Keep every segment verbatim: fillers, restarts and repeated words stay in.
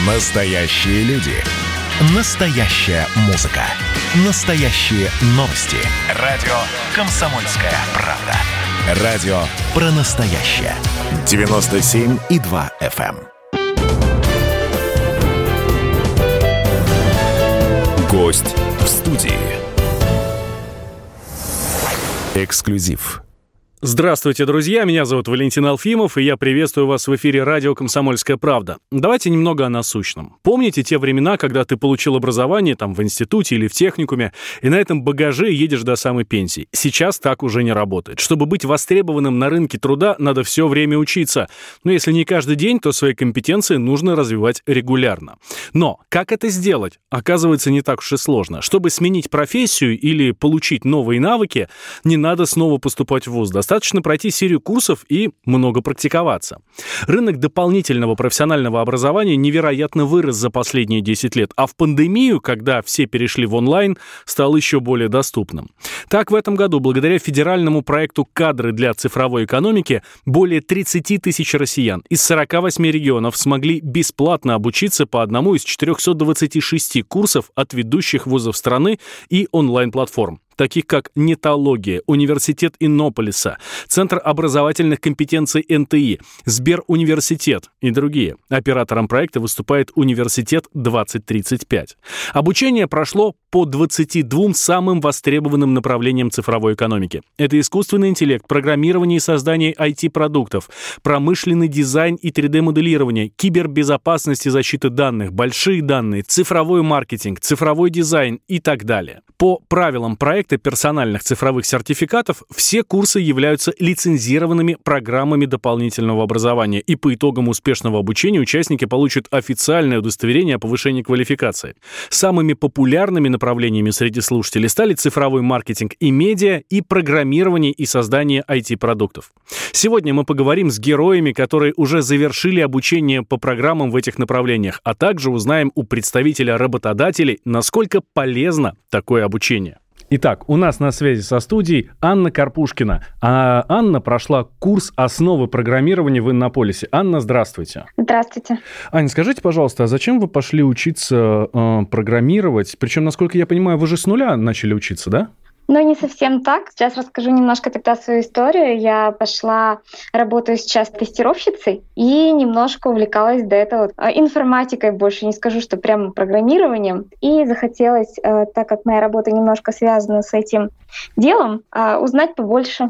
Настоящие люди. Настоящая музыка. Настоящие новости. Радио «Комсомольская правда». Радио про настоящее. девяносто семь и два эф эм. Гость в студии. Эксклюзив. Здравствуйте, друзья, меня зовут Валентин Алфимов, и я приветствую вас в эфире радио «Комсомольская правда». Давайте немного о насущном. Помните те времена, когда ты получил образование там в институте или в техникуме, и на этом багаже едешь до самой пенсии? Сейчас так уже не работает. Чтобы быть востребованным на рынке труда, надо все время учиться. Но если не каждый день, то свои компетенции нужно развивать регулярно. Но как это сделать? Оказывается, не так уж и сложно. Чтобы сменить профессию или получить новые навыки, не надо снова поступать в вуз. Достаточно пройти серию курсов и много практиковаться. Рынок дополнительного профессионального образования невероятно вырос за последние десять лет, а в пандемию, когда все перешли в онлайн, стал еще более доступным. Так, в этом году, благодаря федеральному проекту «Кадры для цифровой экономики», более тридцать тысяч россиян из сорока восьми регионов смогли бесплатно обучиться по одному из четырехсот двадцати шести курсов от ведущих вузов страны и онлайн-платформ, таких как Нетология, Университет Иннополиса, Центр образовательных компетенций эн тэ и, Сберуниверситет и другие. Оператором проекта выступает Университет двадцать тридцать пять. Обучение прошло по двадцати двум самым востребованным направлениям цифровой экономики. Это искусственный интеллект, программирование и создание ай ти-продуктов, промышленный дизайн и три дэ-моделирование, кибербезопасность и защита данных, большие данные, цифровой маркетинг, цифровой дизайн и так далее. По правилам проекта персональных цифровых сертификатов все курсы являются лицензированными программами дополнительного образования, и по итогам успешного обучения участники получат официальное удостоверение о повышении квалификации. Самыми популярными направлениями среди слушателей стали цифровой маркетинг и медиа, и программирование и создание ай ти-продуктов. Сегодня мы поговорим с героями, которые уже завершили обучение по программам в этих направлениях, а также узнаем у представителя работодателей, насколько полезно такое обучение. Итак, у нас на связи со студией Анна Карпушкина. А Анна прошла курс «Основы программирования» в Иннополисе. Анна, здравствуйте. Здравствуйте. Аня, скажите, пожалуйста, а зачем вы пошли учиться э, программировать? Причем, насколько я понимаю, вы же с нуля начали учиться, да? Ну, не совсем так. Сейчас расскажу немножко тогда свою историю. Я пошла, работаю сейчас тестировщицей и немножко увлекалась до этого информатикой, больше не скажу, что прямо программированием. И захотелось, так как моя работа немножко связана с этим делом, узнать побольше.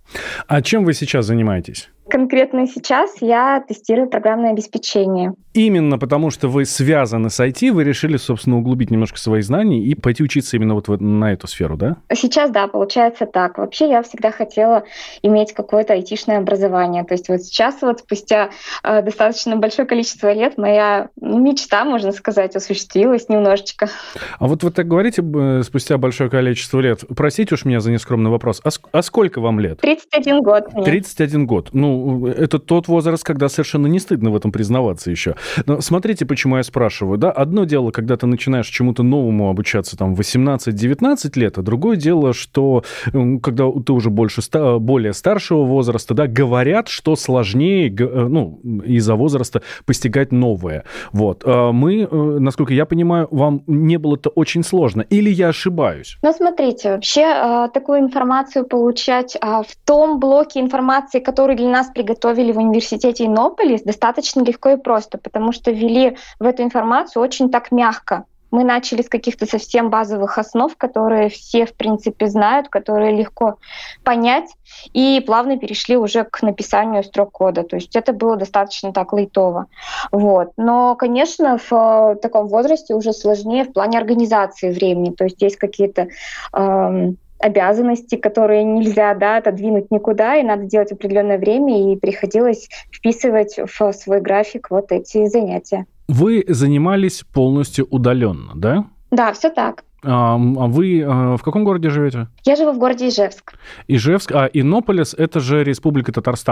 А чем вы сейчас занимаетесь? Конкретно сейчас я тестирую программное обеспечение. Именно потому, что вы связаны с ай ти, вы решили, собственно, углубить немножко свои знания и пойти учиться именно вот на эту сферу, да? Сейчас, да, получается так. Вообще я всегда хотела иметь какое-то айтишное образование. То есть вот сейчас, вот спустя э, достаточно большое количество лет, моя мечта, можно сказать, осуществилась немножечко. А вот вы так говорите, спустя большое количество лет. Простите уж меня за нескромный вопрос. А, а сколько вам лет? тридцать один год. Мне. тридцать один год. Ну, это тот возраст, когда совершенно не стыдно в этом признаваться еще. Но смотрите, почему я спрашиваю. Да? Одно дело, когда ты начинаешь чему-то новому обучаться там, в восемнадцать-девятнадцать лет, а другое дело, что когда ты уже больше, более старшего возраста, да, говорят, что сложнее ну, из-за возраста постигать новое. Вот. Мы, насколько я понимаю, вам не было-то очень сложно. Или я ошибаюсь? Ну, смотрите, вообще такую информацию получать в том блоке информации, который для нас приготовили в университете Иннополис, достаточно легко и просто, потому что ввели в эту информацию очень так мягко. Мы начали с каких-то совсем базовых основ, которые все, в принципе, знают, которые легко понять, и плавно перешли уже к написанию строк кода. То есть это было достаточно так лайтово. Вот. Но, конечно, в таком возрасте уже сложнее в плане организации времени. То есть есть какие-то эм, обязанности, которые нельзя, да, отодвинуть никуда, и надо делать в определенное время, и приходилось вписывать в свой график вот эти занятия. Вы занимались полностью удаленно, да? Да, все так. А вы в каком городе живете? Я живу в городе Ижевск. Ижевск, а Иннополис — это же Республика Татарстан.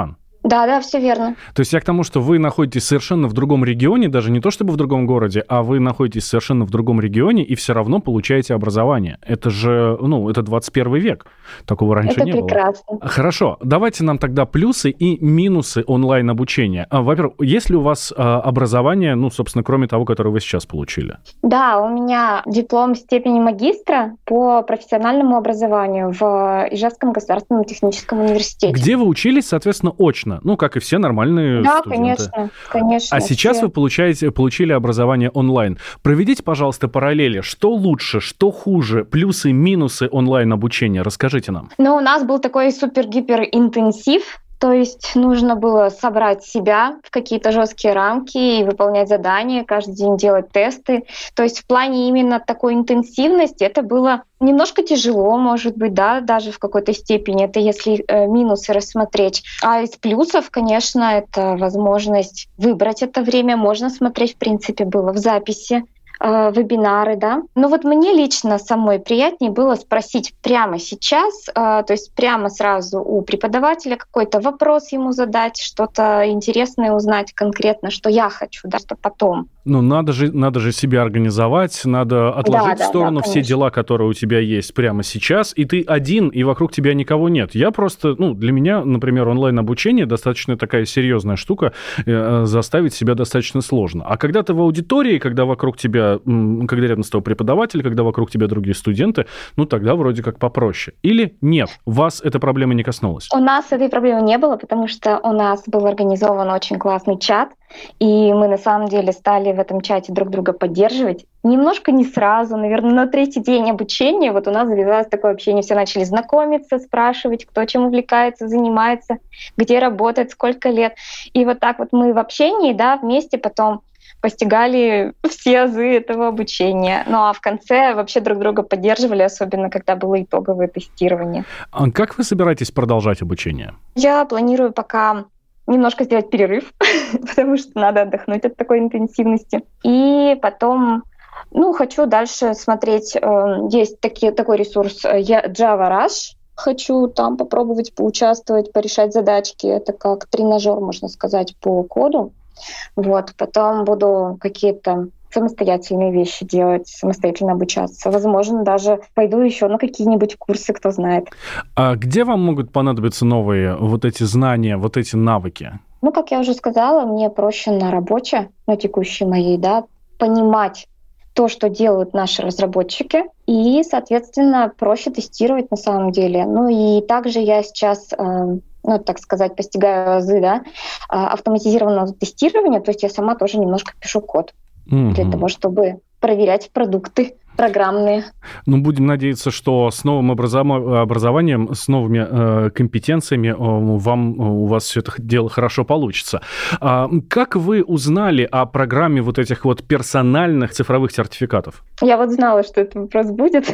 Да, да, все верно. То есть я к тому, что вы находитесь совершенно в другом регионе, даже не то чтобы в другом городе, а вы находитесь совершенно в другом регионе и все равно получаете образование. Это же, ну, это двадцать первый век. Такого раньше Это не прекрасно. было. Хорошо, давайте нам тогда плюсы и минусы онлайн-обучения. Во-первых, есть ли у вас образование, ну, собственно, кроме того, которое вы сейчас получили? Да, у меня диплом степени магистра по профессиональному образованию в Ижевском государственном техническом университете. Где вы учились, соответственно, очно? Ну, как и все нормальные да, студенты. конечно, конечно. А сейчас все. вы получаете, получили образование онлайн. Проведите, пожалуйста, параллели. Что лучше, что хуже? Плюсы, минусы онлайн-обучения? Расскажите нам. Ну, у нас был такой супер-гипер-интенсив. То есть нужно было собрать себя в какие-то жесткие рамки и выполнять задания, каждый день делать тесты. То есть в плане именно такой интенсивности это было немножко тяжело, может быть, да, даже в какой-то степени. Это если э, минусы рассмотреть. А из плюсов, конечно, это возможность выбрать это время. Можно смотреть, в принципе, было в записи. Вебинары, да. Но вот мне лично самой приятнее было спросить прямо сейчас, то есть прямо сразу у преподавателя какой-то вопрос ему задать, что-то интересное узнать конкретно, что я хочу, да, что потом. Ну, надо же, надо же себя организовать, надо отложить да, в сторону да, да, все дела, которые у тебя есть прямо сейчас, и ты один, и вокруг тебя никого нет. Я просто, ну, для меня, например, онлайн-обучение достаточно такая серьезная штука, э, заставить себя достаточно сложно. А когда ты в аудитории, когда вокруг тебя когда рядом с тобой преподаватель, когда вокруг тебя другие студенты, ну, тогда вроде как попроще. Или нет, вас эта проблема не коснулась? У нас этой проблемы не было, потому что у нас был организован очень классный чат, и мы на самом деле стали в этом чате друг друга поддерживать. Немножко не сразу, наверное, на третий день обучения вот у нас завязалось такое общение. Все начали знакомиться, спрашивать, кто чем увлекается, занимается, где работает, сколько лет. И вот так вот мы в общении, да, вместе потом постигали все азы этого обучения. Ну а в конце вообще друг друга поддерживали, особенно когда было итоговое тестирование. А как вы собираетесь продолжать обучение? Я планирую пока немножко сделать перерыв, потому что надо отдохнуть от такой интенсивности. И потом, ну, хочу дальше смотреть. Есть такие, такой ресурс Java Rush. Хочу там попробовать поучаствовать, порешать задачки. Это как тренажер, можно сказать, по коду. Вот, потом буду какие-то самостоятельные вещи делать, самостоятельно обучаться. Возможно, даже пойду еще на какие-нибудь курсы, кто знает. А где вам могут понадобиться новые вот эти знания, вот эти навыки? Ну, как я уже сказала, мне проще на работе, на текущей моей, да, понимать то, что делают наши разработчики, и, соответственно, проще тестировать на самом деле. Ну и также я сейчас... ну, так сказать, постигаю азы, да, автоматизированного тестирования, то есть я сама тоже немножко пишу код mm-hmm. для того, чтобы проверять продукты программные. Ну, будем надеяться, что с новым образов- образованием, с новыми э, компетенциями э, вам, у вас все это дело хорошо получится. А как вы узнали о программе вот этих вот персональных цифровых сертификатов? Я вот знала, что этот вопрос будет.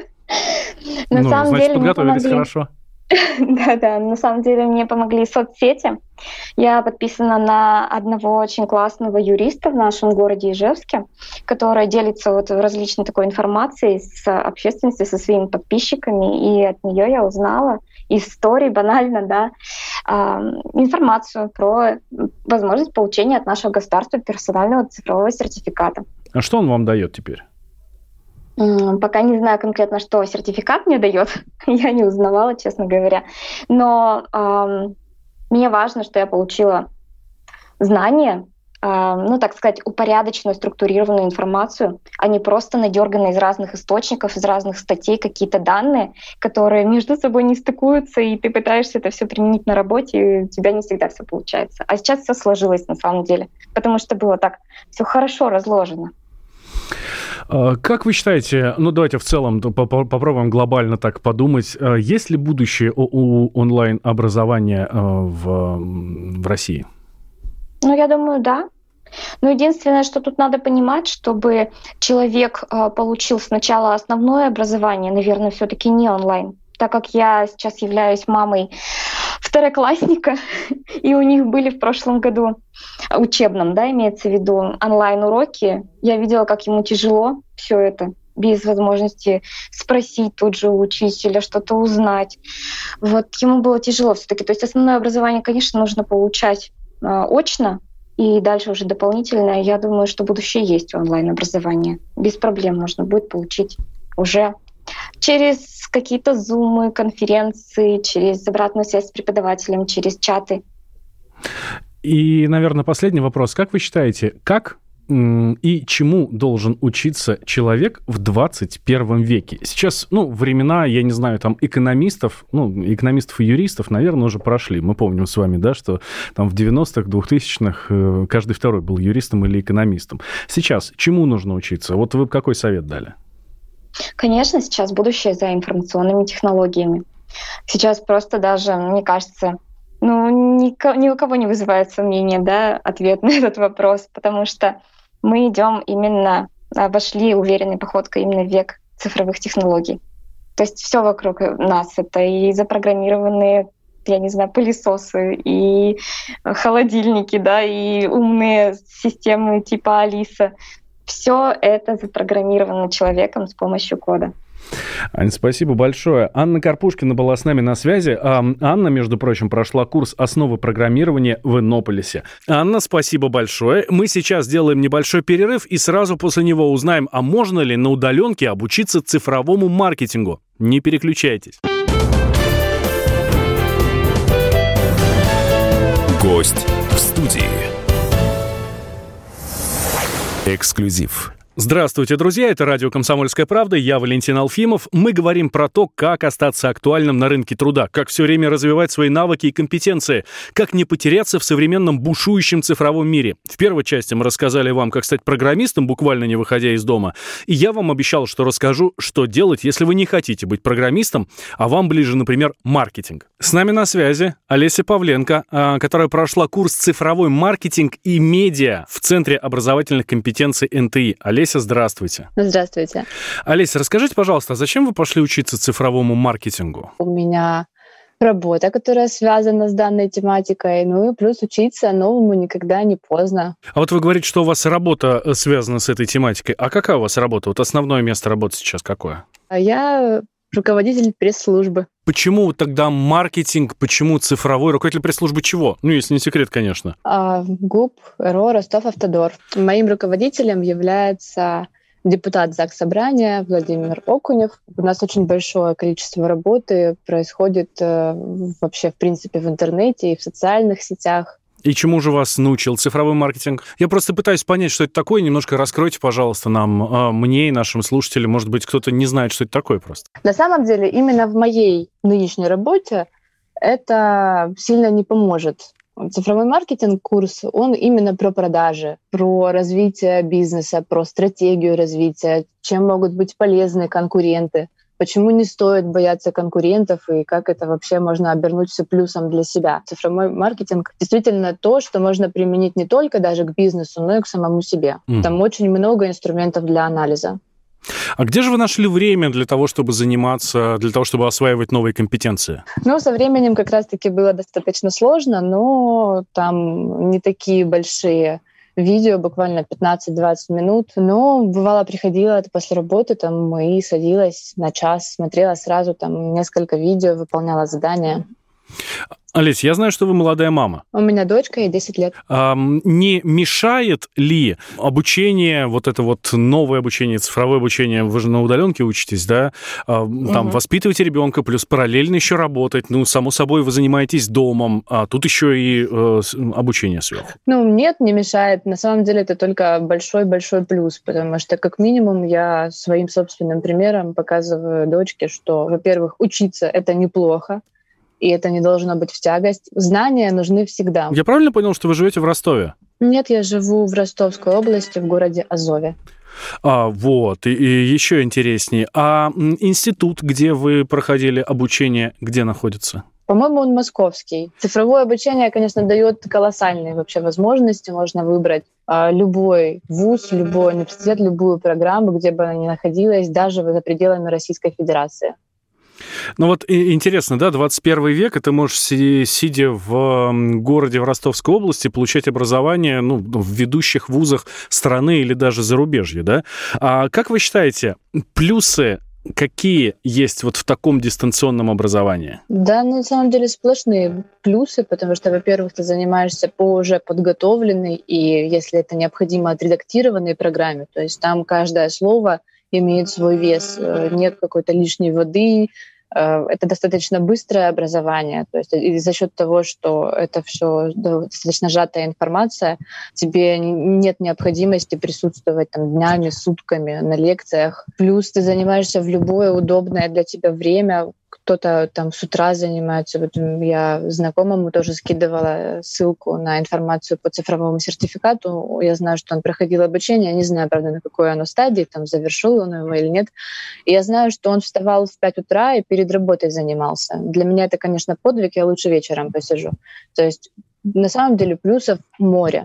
На самом деле, подготовились хорошо. Да-да, на самом деле мне помогли соцсети. Я подписана на одного очень классного юриста в нашем городе Ижевске, который делится вот различной такой информацией с общественностью, со своими подписчиками, и от нее я узнала из истории банально, да, информацию про возможность получения от нашего государства персонального цифрового сертификата. А что он вам дает теперь? Пока не знаю конкретно, что сертификат мне дает, я не узнавала, честно говоря. Но э, мне важно, что я получила знания, э, ну, так сказать, упорядоченную, структурированную информацию, а не просто надерганные из разных источников, из разных статей какие-то данные, которые между собой не стыкуются, и ты пытаешься это все применить на работе, и у тебя не всегда все получается. А сейчас все сложилось на самом деле, потому что было так все хорошо разложено. Как вы считаете, ну давайте в целом попробуем глобально так подумать, есть ли будущее у онлайн-образования в, в России? Ну, я думаю, да. Но единственное, что тут надо понимать, чтобы человек получил сначала основное образование, наверное, все-таки не онлайн, так как я сейчас являюсь мамой второклассника, и у них были в прошлом году учебном, да, имеется в виду онлайн-уроки. Я видела, как ему тяжело все это без возможности спросить тут же у учителя, что-то узнать. Вот ему было тяжело все-таки. То есть основное образование, конечно, нужно получать э, очно, и дальше уже дополнительное. Я думаю, что будущее есть у онлайн-образования. Без проблем можно будет получить уже через какие-то зумы, конференции, через обратную связь с преподавателем, через чаты. И, наверное, последний вопрос. Как вы считаете, как и чему должен учиться человек в двадцать первом веке? Сейчас, ну, времена, я не знаю, там, экономистов, ну, экономистов и юристов, наверное, уже прошли. Мы помним с вами, да, что там в девяностых, двухтысячных каждый второй был юристом или экономистом. Сейчас чему нужно учиться? Вот вы какой совет дали? Конечно, сейчас будущее за информационными технологиями. Сейчас просто даже, мне кажется, ну, ни, ни у кого не вызывает сомнения, да, ответ на этот вопрос, потому что мы идем именно, вошли уверенной походкой именно в век цифровых технологий. То есть все вокруг нас — это и запрограммированные, я не знаю, пылесосы, и холодильники, да, и умные системы типа Алиса. Все это запрограммировано человеком с помощью кода. Аня, спасибо большое. Анна Карпушкина была с нами на связи. А Анна, между прочим, прошла курс «Основы программирования» в Иннополисе. Анна, спасибо большое. Мы сейчас сделаем небольшой перерыв и сразу после него узнаем, а можно ли на удаленке обучиться цифровому маркетингу. Не переключайтесь. Гость в студии. Эксклюзив. Здравствуйте, друзья, это радио «Комсомольская правда», я Валентин Алфимов. Мы говорим про то, как остаться актуальным на рынке труда, как все время развивать свои навыки и компетенции, как не потеряться в современном бушующем цифровом мире. В первой части мы рассказали вам, как стать программистом, буквально не выходя из дома. И я вам обещал, что расскажу, что делать, если вы не хотите быть программистом, а вам ближе, например, маркетинг. С нами на связи Олеся Павленко, которая прошла курс «Цифровой маркетинг и медиа» в Центре образовательных компетенций эн тэ и. Олеся, здравствуйте. Здравствуйте. Олеся, расскажите, пожалуйста, зачем вы пошли учиться цифровому маркетингу? У меня работа, которая связана с данной тематикой, ну и плюс учиться новому никогда не поздно. А вот вы говорите, что у вас работа связана с этой тематикой. А какая у вас работа? Вот основное место работы сейчас какое? Я руководитель пресс-службы. Почему тогда маркетинг, почему цифровой? Руководитель пресс-службы чего? Ну, если не секрет, конечно. А, ГУП РО Ростов-Автодор. Моим руководителем является депутат Заксобрания Владимир Окунев. У нас очень большое количество работы происходит э, вообще, в принципе, в интернете и в социальных сетях. И чему же вас научил цифровой маркетинг? Я просто пытаюсь понять, что это такое. Немножко раскройте, пожалуйста, нам, мне и нашим слушателям. Может быть, кто-то не знает, что это такое просто. На самом деле, именно в моей нынешней работе это сильно не поможет. Цифровой маркетинг, курс, он именно про продажи, про развитие бизнеса, про стратегию развития, чем могут быть полезны конкуренты. Почему не стоит бояться конкурентов и как это вообще можно обернуть все плюсом для себя. Цифровой маркетинг действительно то, что можно применить не только даже к бизнесу, но и к самому себе. Mm. Там очень много инструментов для анализа. А где же вы нашли время для того, чтобы заниматься, для того, чтобы осваивать новые компетенции? Ну, со временем как раз-таки было достаточно сложно, но там не такие большие видео, буквально пятнадцать-двадцать минут. Но бывало, приходила после работы там, и садилась на час, смотрела сразу там несколько видео, выполняла задания. Олесь, я знаю, что вы молодая мама. У меня дочка, ей десять лет. А, не мешает ли обучение, вот это вот новое обучение, цифровое обучение, вы же на удаленке учитесь, да? А, там угу. Воспитываете ребенка, плюс параллельно еще работать. Ну, само собой, вы занимаетесь домом, а тут еще и э, обучение сверху. Ну, нет, не мешает. На самом деле это только большой-большой плюс, потому что, как минимум, я своим собственным примером показываю дочке, что, во-первых, учиться — это неплохо, и это не должно быть в тягость. Знания нужны всегда. Я правильно понял, что вы живете в Ростове? Нет, я живу в Ростовской области, в городе Азове. А, вот, и, и еще интереснее. А институт, где вы проходили обучение, где находится? По-моему, он московский. Цифровое обучение, конечно, дает колоссальные вообще возможности. Можно выбрать а, любой вуз, любой университет, любую программу, где бы она ни находилась, даже за пределами Российской Федерации. Ну вот интересно, да, двадцать первый век, и ты можешь, сидя в городе в Ростовской области, получать образование, ну, в ведущих вузах страны или даже зарубежья, да? А как вы считаете, плюсы какие есть вот в таком дистанционном образовании? Да, на самом деле сплошные плюсы, потому что, во-первых, ты занимаешься по уже подготовленной и, если это необходимо, отредактированной программе, то есть там каждое слово имеет свой вес, нет какой-то лишней воды. Это достаточно быстрое образование, то есть и за счет того, что это все достаточно сжатая информация, тебе нет необходимости присутствовать там днями, сутками на лекциях. Плюс ты занимаешься в любое удобное для тебя время. Кто-то там с утра занимается. Вот я знакомому тоже скидывала ссылку на информацию по цифровому сертификату. Я знаю, что он проходил обучение. Не знаю, правда, на какой оно стадии, там завершил он его или нет. И я знаю, что он вставал в пять утра и перед работой занимался. Для меня это, конечно, подвиг. Я лучше вечером посижу. То есть на самом деле плюсов море.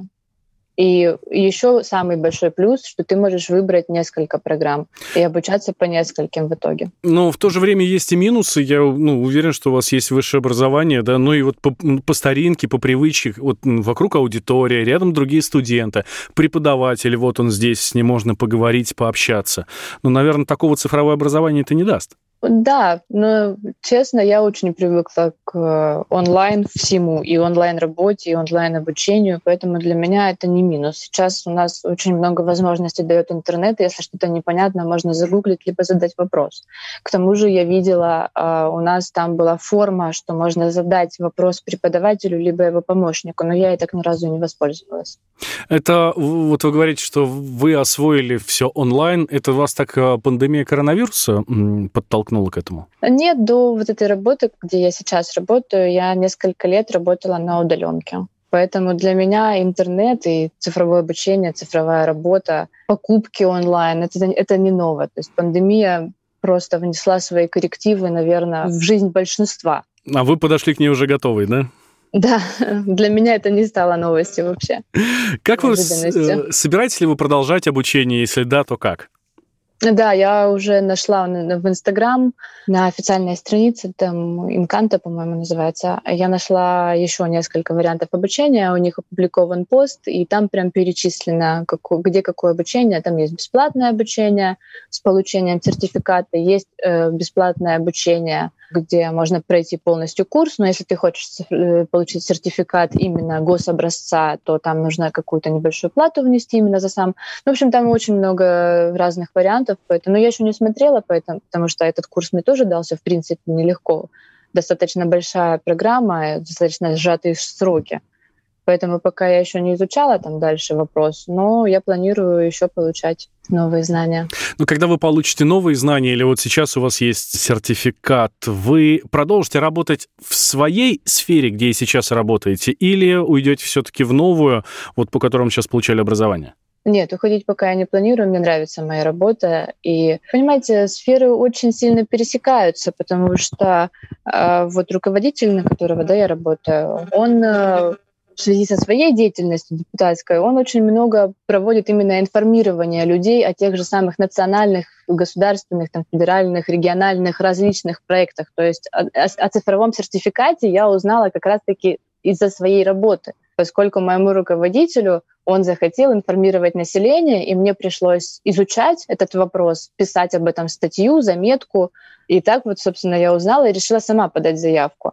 И еще самый большой плюс, что ты можешь выбрать несколько программ и обучаться по нескольким в итоге. Но в то же время есть и минусы. Я ну, уверен, что у вас есть высшее образование, да, ну и вот по, по старинке, по привычке, вот вокруг аудитория, рядом другие студенты, преподаватель, вот он здесь, с ним можно поговорить, пообщаться. Но, наверное, такого цифровое образование это не даст. Да, но, честно, я очень привыкла к онлайн всему, и онлайн-работе, и онлайн-обучению, поэтому для меня это не минус. Сейчас у нас очень много возможностей дает интернет, и если что-то непонятно, можно загуглить, либо задать вопрос. К тому же я видела, у нас там была форма, что можно задать вопрос преподавателю, либо его помощнику, но я и так ни разу не воспользовалась. Это, вот вы говорите, что вы освоили все онлайн, это вас так пандемия коронавируса подтолкнула к этому? Нет, до вот этой работы, где я сейчас работаю, я несколько лет работала на удаленке. Поэтому для меня интернет и цифровое обучение, цифровая работа, покупки онлайн, это, это не ново. То есть пандемия просто внесла свои коррективы, наверное, в жизнь большинства. А вы подошли к ней уже готовой, да? Да, для меня это не стало новостью вообще. Как вы, собираетесь ли вы продолжать обучение? Если да, то как? Да, я уже нашла в Инстаграм, на официальной странице, там Инканто, по-моему, называется, я нашла еще несколько вариантов обучения, у них опубликован пост, и там прям перечислено, какое, где какое обучение. Там есть бесплатное обучение с получением сертификата, есть э, бесплатное обучение, где можно пройти полностью курс, но если ты хочешь получить сертификат именно гособразца, то там нужно какую-то небольшую плату внести именно за сам. Ну, в общем, там очень много разных вариантов, поэтому, но я еще не смотрела, поэтому, потому что этот курс мне тоже дался, в принципе, нелегко. Достаточно большая программа, достаточно сжатые сроки. Поэтому пока я еще не изучала там дальше вопрос, но я планирую еще получать новые знания. Ну, когда вы получите новые знания, или вот сейчас у вас есть сертификат, вы продолжите работать в своей сфере, где и сейчас работаете, или уйдете все-таки в новую, вот по которым сейчас получали образование? Нет, уходить пока я не планирую, мне нравится моя работа. И, понимаете, сферы очень сильно пересекаются, потому что э, вот руководитель, на которого да, я работаю, он... Э, в связи со своей деятельностью депутатской, он очень много проводит именно информирование людей о тех же самых национальных, государственных, там, федеральных, региональных, различных проектах. То есть о, о цифровом сертификате я узнала как раз-таки из-за своей работы, поскольку моему руководителю он захотел информировать население, и мне пришлось изучать этот вопрос, писать об этом статью, заметку. И так вот, собственно, я узнала и решила сама подать заявку.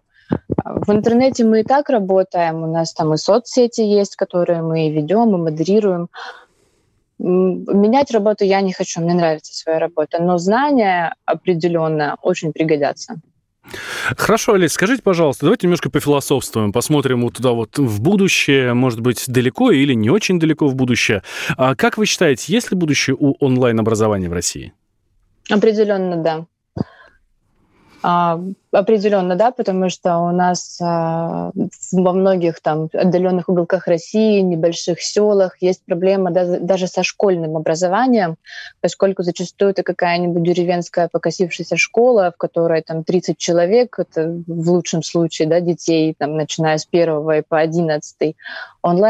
В интернете мы и так работаем, у нас там и соцсети есть, которые мы ведем, и модерируем. Менять работу я не хочу, мне нравится своя работа, но знания определенно очень пригодятся. Хорошо, Олесь, скажите, пожалуйста, давайте немножко пофилософствуем, посмотрим вот туда вот в будущее, может быть, далеко или не очень далеко в будущее. А как вы считаете, есть ли будущее у онлайн-образования в России? Определенно, да. А, определенно, да, потому что у нас а, во многих там отдаленных уголках России, небольших селах есть проблема да, даже со школьным образованием, поскольку зачастую это какая-нибудь деревенская покосившаяся школа, в которой там тридцать человек, это в лучшем случае, да, детей, там, начиная с первого и по одиннадцатый.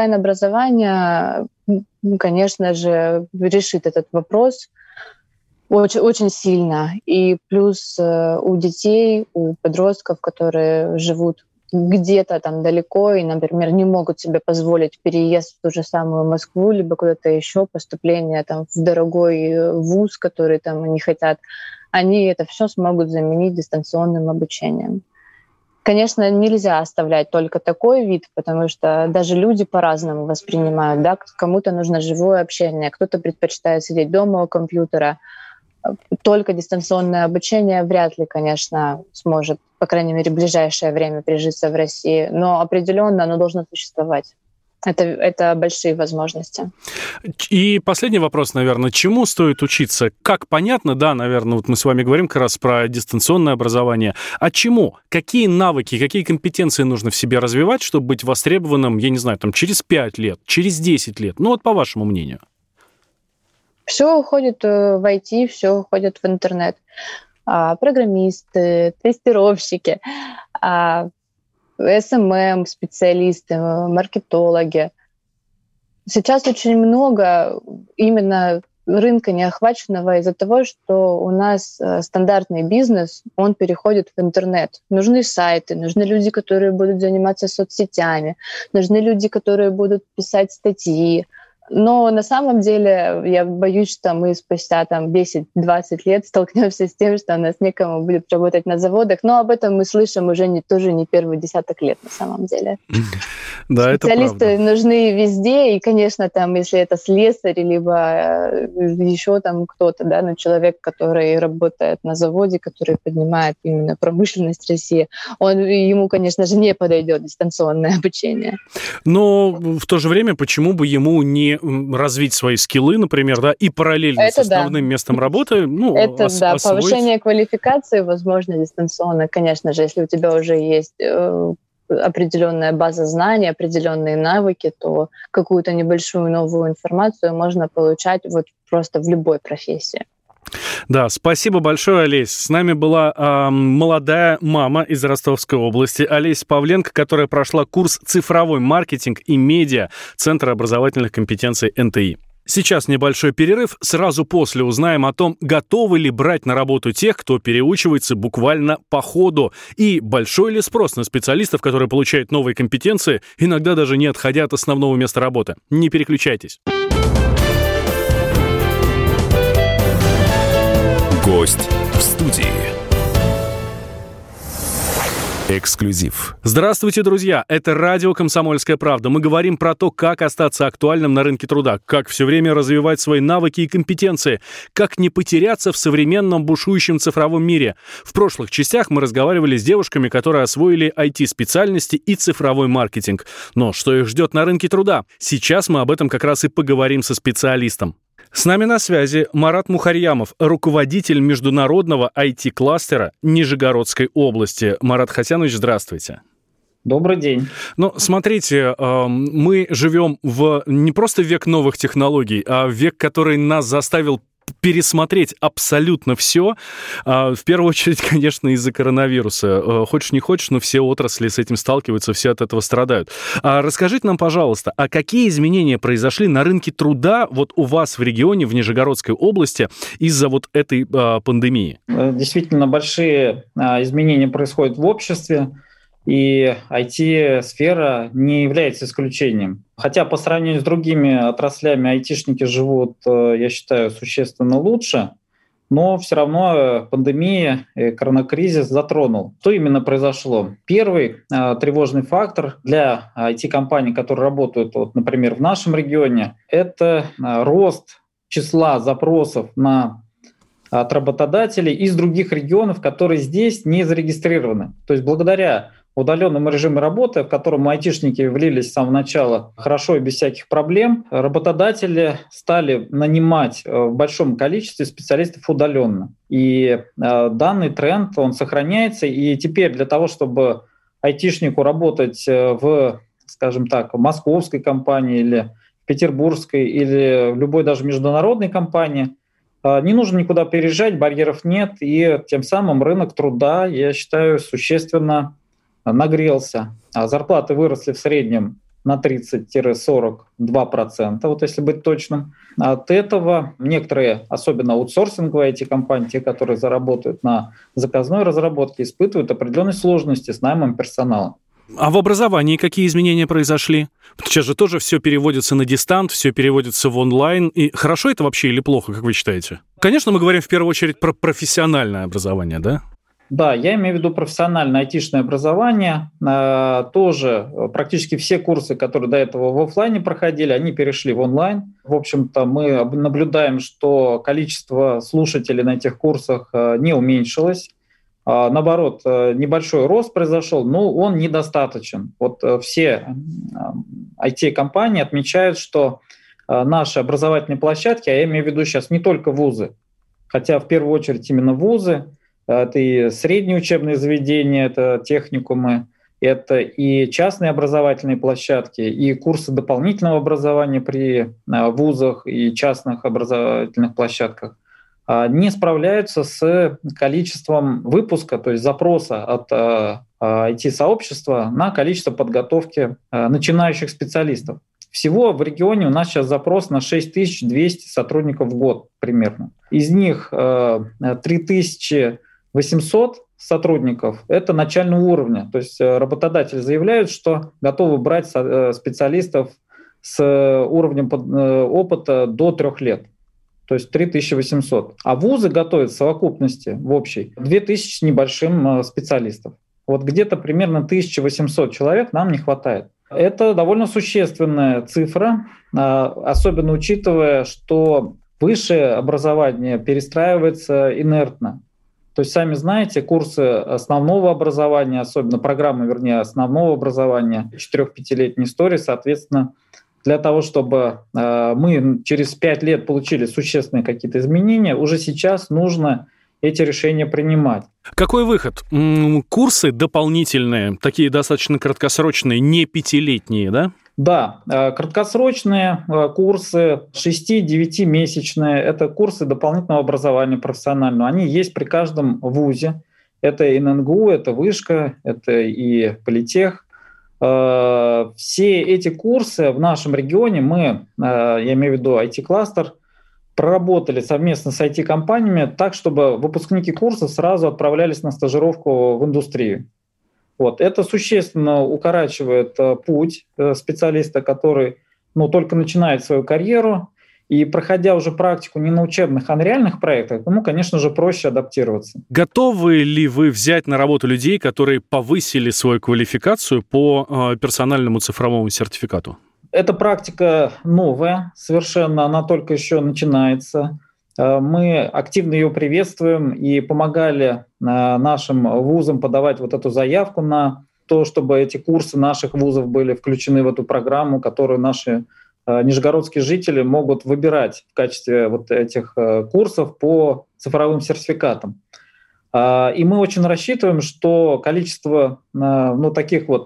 Онлайн-образование, конечно же, решит этот вопрос. Очень, очень сильно. И плюс у детей, у подростков, которые живут где-то там далеко и, например, не могут себе позволить переезд в ту же самую Москву, либо куда-то еще, поступление там в дорогой вуз, который там они хотят, они это все смогут заменить дистанционным обучением. Конечно, нельзя оставлять только такой вид, потому что даже люди по-разному воспринимают. Да? Кому-то нужно живое общение, кто-то предпочитает сидеть дома у компьютера. Только дистанционное обучение вряд ли, конечно, сможет, по крайней мере, в ближайшее время прижиться в России, но определенно оно должно существовать. Это, это большие возможности. И последний вопрос, наверное. Чему стоит учиться? Как понятно, да, наверное, вот мы с вами говорим как раз про дистанционное образование. А чему? Какие навыки, какие компетенции нужно в себе развивать, чтобы быть востребованным, я не знаю, там, через пять лет, через десять лет? Ну вот по вашему мнению. Все уходит в ай ти, все уходит в интернет. Программисты, тестировщики, эс эм эм-специалисты, маркетологи. Сейчас очень много именно рынка неохваченного из-за того, что у нас стандартный бизнес, он переходит в интернет. Нужны сайты, нужны люди, которые будут заниматься соцсетями, нужны люди, которые будут писать статьи. Но на самом деле я боюсь, что мы спустя там, десять-двадцать лет столкнемся с тем, что у нас некому будет работать на заводах. Но об этом мы слышим уже не, тоже не первый десяток лет на самом деле. Да, это правда. Специалисты нужны везде. И, конечно, там, если это слесарь, либо еще там кто-то, да, ну, человек, который работает на заводе, который поднимает именно промышленность России, он, ему, конечно же, не подойдет дистанционное обучение. Но в то же время, почему бы ему не развить свои скиллы, например, да, и параллельно это с основным да. местом работы, ну, это ос- да, освоить... повышение квалификации возможно дистанционно, конечно же, если у тебя уже есть э, определенная база знаний, определенные навыки, то какую-то небольшую новую информацию можно получать вот просто в любой профессии. Да, спасибо большое, Олесь. С нами была э, молодая мама из Ростовской области, Олеся Павленко, которая прошла курс «Цифровой маркетинг и медиа» Центра образовательных компетенций эн тэ и. Сейчас небольшой перерыв. Сразу после узнаем о том, готовы ли брать на работу тех, кто переучивается буквально по ходу. И большой ли спрос на специалистов, которые получают новые компетенции, иногда даже не отходя от основного места работы. Не переключайтесь. Гость в студии. Эксклюзив. Здравствуйте, друзья! Это радио «Комсомольская правда». Мы говорим про то, как остаться актуальным на рынке труда, как все время развивать свои навыки и компетенции, как не потеряться в современном бушующем цифровом мире. В прошлых частях мы разговаривали с девушками, которые освоили ай ти-специальности и цифровой маркетинг. Но что их ждет на рынке труда? Сейчас мы об этом как раз и поговорим со специалистом. С нами на связи Марат Мухарьямов, руководитель международного ай ти-кластера Нижегородской области. Марат Хасянович, здравствуйте. Добрый день. Ну, смотрите, мы живем в не просто век новых технологий, а в век, который нас заставил пересмотреть абсолютно все. В первую очередь, конечно, из-за коронавируса. Хочешь не хочешь, но все отрасли с этим сталкиваются, все от этого страдают. Расскажите нам, пожалуйста, а какие изменения произошли на рынке труда вот у вас в регионе, в Нижегородской области из-за вот этой пандемии? Действительно, большие изменения происходят в обществе. И ай ти-сфера не является исключением. Хотя по сравнению с другими отраслями айтишники живут, я считаю, существенно лучше, но все равно пандемия, коронакризис затронул. Что именно произошло? Первый э, тревожный фактор для ай ти-компаний, которые работают, вот, например, в нашем регионе, это э, рост числа запросов на от работодателей из других регионов, которые здесь не зарегистрированы. То есть благодаря удаленному режиму работы, в котором айтишники влились с самого начала хорошо и без всяких проблем, работодатели стали нанимать в большом количестве специалистов удаленно. И э, данный тренд, он сохраняется. И теперь для того, чтобы айтишнику работать в, скажем так, в московской компании или в петербургской или в любой даже международной компании, не нужно никуда переезжать, барьеров нет, и тем самым рынок труда, я считаю, существенно нагрелся. Зарплаты выросли в среднем на тридцать-сорок два процента, вот если быть точным. От этого некоторые, особенно аутсорсинговые ай ти-компании, те, которые заработают на заказной разработке, испытывают определенные сложности с наймом персонала. А в образовании какие изменения произошли? Сейчас же тоже все переводится на дистант, все переводится в онлайн. И хорошо это вообще или плохо, как вы считаете? Конечно, мы говорим в первую очередь про профессиональное образование, да? Да, я имею в виду профессиональное айтишное образование. Тоже практически все курсы, которые до этого в офлайне проходили, они перешли в онлайн. В общем-то, мы наблюдаем, что количество слушателей на этих курсах не уменьшилось. Наоборот, небольшой рост произошел, но он недостаточен. Вот все ай ти-компании отмечают, что наши образовательные площадки, а я имею в виду сейчас не только вузы, хотя в первую очередь именно вузы, это и средние учебные заведения, это техникумы, это и частные образовательные площадки, и курсы дополнительного образования при вузах и частных образовательных площадках не справляются с количеством выпуска, то есть запроса от ай ти-сообщества на количество подготовки начинающих специалистов. Всего в регионе у нас сейчас запрос на шесть тысяч двести сотрудников в год примерно. Из них три тысячи восемьсот сотрудников – это начального уровня. То есть работодатели заявляют, что готовы брать специалистов с уровнем опыта до трех лет. То есть три тысячи восемьсот. А вузы готовят в совокупности в общей две тысячи с небольшим специалистов. Вот где-то примерно тысяча восемьсот человек нам не хватает. Это довольно существенная цифра, особенно учитывая, что высшее образование перестраивается инертно. То есть, сами знаете, курсы основного образования, особенно программы, вернее, основного образования, четырех-пятилетней истории, соответственно, для того, чтобы мы через пять лет получили существенные какие-то изменения, уже сейчас нужно эти решения принимать. Какой выход? Курсы дополнительные, такие достаточно краткосрочные, не пятилетние, да? Да, краткосрочные курсы, шести-девятимесячные, это курсы дополнительного образования профессионального. Они есть при каждом вузе. Это и эн эн гэ у, это Вышка, это и Политех. Все эти курсы в нашем регионе мы, я имею в виду ай ти-кластер, проработали совместно с ай ти-компаниями так, чтобы выпускники курсов сразу отправлялись на стажировку в индустрию. Вот. Это существенно укорачивает путь специалиста, который ну, только начинает свою карьеру, и проходя уже практику не на учебных, а на реальных проектах, ему, конечно же, проще адаптироваться. Готовы ли вы взять на работу людей, которые повысили свою квалификацию по персональному цифровому сертификату? Эта практика новая, совершенно, она только еще начинается. Мы активно ее приветствуем и помогали нашим вузам подавать вот эту заявку на то, чтобы эти курсы наших вузов были включены в эту программу, которую наши нижегородские жители могут выбирать в качестве вот этих курсов по цифровым сертификатам. И мы очень рассчитываем, что количество ну, таких вот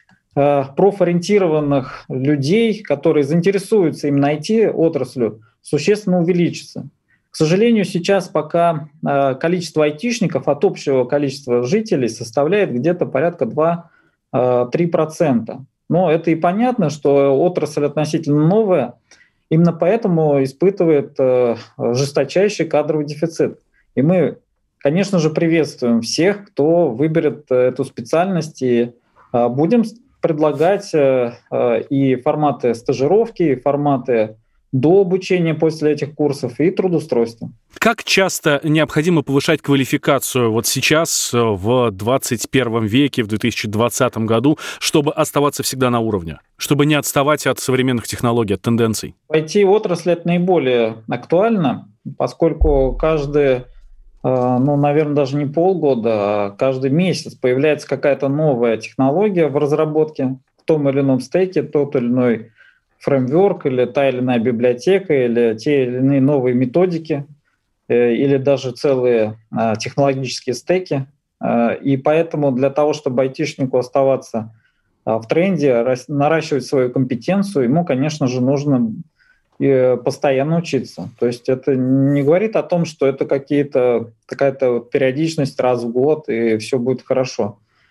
профориентированных людей, которые заинтересуются именно ай ти-отраслью, существенно увеличится. К сожалению, сейчас пока количество айтишников от общего количества жителей составляет где-то порядка два-три процента. Но это и понятно, что отрасль относительно новая, именно поэтому испытывает жесточайший кадровый дефицит. И мы, конечно же, приветствуем всех, кто выберет эту специальность, и будем предлагать и форматы стажировки, и форматы до обучения после этих курсов и трудоустройства. Как часто необходимо повышать квалификацию вот сейчас, в двадцать первом веке, в две тысячи двадцатом году, чтобы оставаться всегда на уровне, чтобы не отставать от современных технологий, от тенденций? В ай ти-отрасли это наиболее актуально, поскольку каждый, ну, наверное, даже не полгода, а каждый месяц появляется какая-то новая технология в разработке в том или ином стеке, тот или иной фреймворк, или та или иная библиотека, или те или иные новые методики, или даже целые технологические стеки. И поэтому для того, чтобы айтишнику оставаться в тренде, наращивать свою компетенцию, ему, конечно же, нужно постоянно учиться. То есть это не говорит о том, что это какие-то, какая-то периодичность раз в год, и все будет хорошо.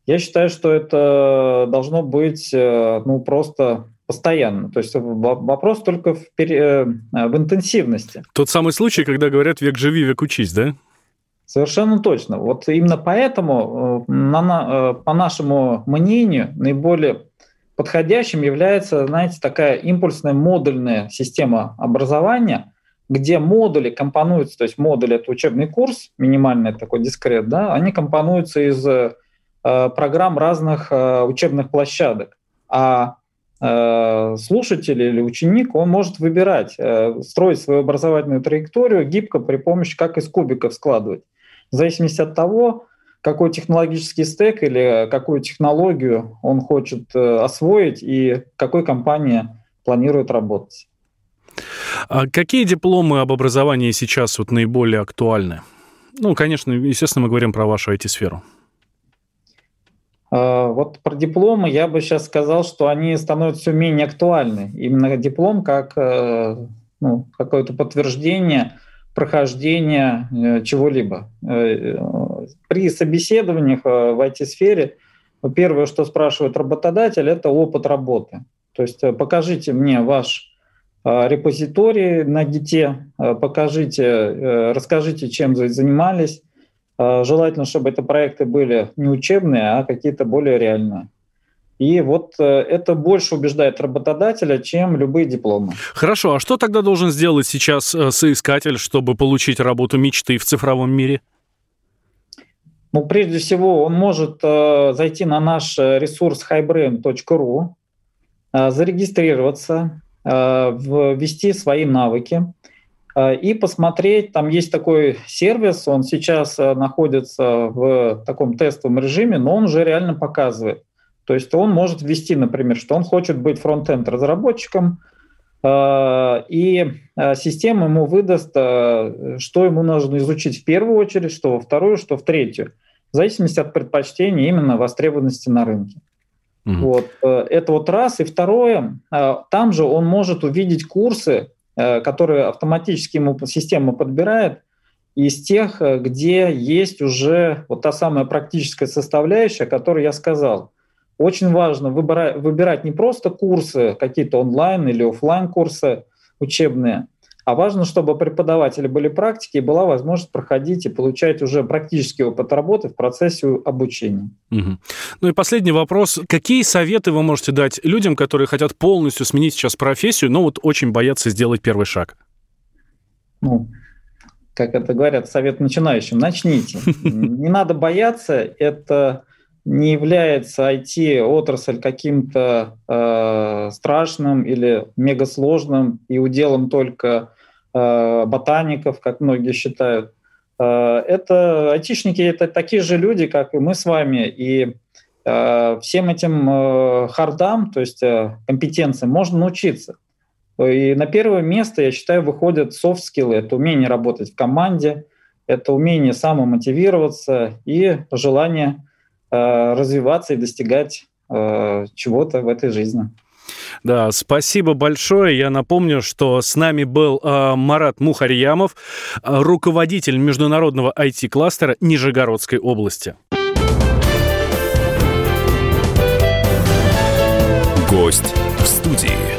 Я считаю, что это должно быть ну, просто постоянно. То есть вопрос только в, пере... в интенсивности. Тот самый случай, когда говорят «век живи, век учись», да? Совершенно точно. Вот именно поэтому, по нашему мнению, наиболее подходящим является, знаете, такая импульсная модульная система образования, где модули компонуются, то есть модуль — это учебный курс, минимальный такой дискрет, да, они компонуются из программ разных учебных площадок. А слушатель или ученик, он может выбирать, строить свою образовательную траекторию гибко при помощи, как из кубиков складывать. В зависимости от того, какой технологический стек или какую технологию он хочет освоить и в какой компании планирует работать. А какие дипломы об образовании сейчас вот наиболее актуальны? Ну, конечно, естественно, мы говорим про вашу ай ти-сферу. Вот про дипломы я бы сейчас сказал, что они становятся все менее актуальны. Именно диплом как ну, какое-то подтверждение прохождения чего-либо. При собеседованиях в ай ти-сфере первое, что спрашивает работодатель, это опыт работы. То есть покажите мне ваш репозиторий на гите, покажите, расскажите, чем занимались. Желательно, чтобы это проекты были не учебные, а какие-то более реальные. И вот это больше убеждает работодателя, чем любые дипломы. Хорошо, а что тогда должен сделать сейчас соискатель, чтобы получить работу мечты в цифровом мире? Ну, прежде всего, он может зайти на наш ресурс хай брейн точка ру, зарегистрироваться, ввести свои навыки и посмотреть. Там есть такой сервис, он сейчас находится в таком тестовом режиме, но он уже реально показывает. То есть он может ввести, например, что он хочет быть фронт-энд-разработчиком, и система ему выдаст, что ему нужно изучить в первую очередь, что во вторую, что в третью, в зависимости от предпочтений именно востребованности на рынке. Mm-hmm. Вот. Это вот раз. И второе, там же он может увидеть курсы, которые автоматически ему система подбирает, из тех, где есть уже вот та самая практическая составляющая, о которой я сказал. Очень важно выбирать, выбирать не просто курсы, какие-то онлайн или офлайн курсы учебные, а важно, чтобы преподаватели были практики и была возможность проходить и получать уже практический опыт работы в процессе обучения. Угу. Ну и последний вопрос. Какие советы вы можете дать людям, которые хотят полностью сменить сейчас профессию, но вот очень боятся сделать первый шаг? Ну, как это говорят, совет начинающим: начните. Не надо бояться, это не является ай ти-отрасль каким-то э, страшным или мегасложным и уделом только э, ботаников, как многие считают. Э, это айтишники — это такие же люди, как и мы с вами, и э, всем этим э, хардам, то есть э, компетенциям, можно научиться. И на первое место, я считаю, выходят софт-скиллы. Это умение работать в команде, это умение самомотивироваться и желание развиваться и достигать э, чего-то в этой жизни. Да, спасибо большое. Я напомню, что с нами был э, Марат Мухарьямов, руководитель международного ай ти-кластера Нижегородской области. Гость в студии.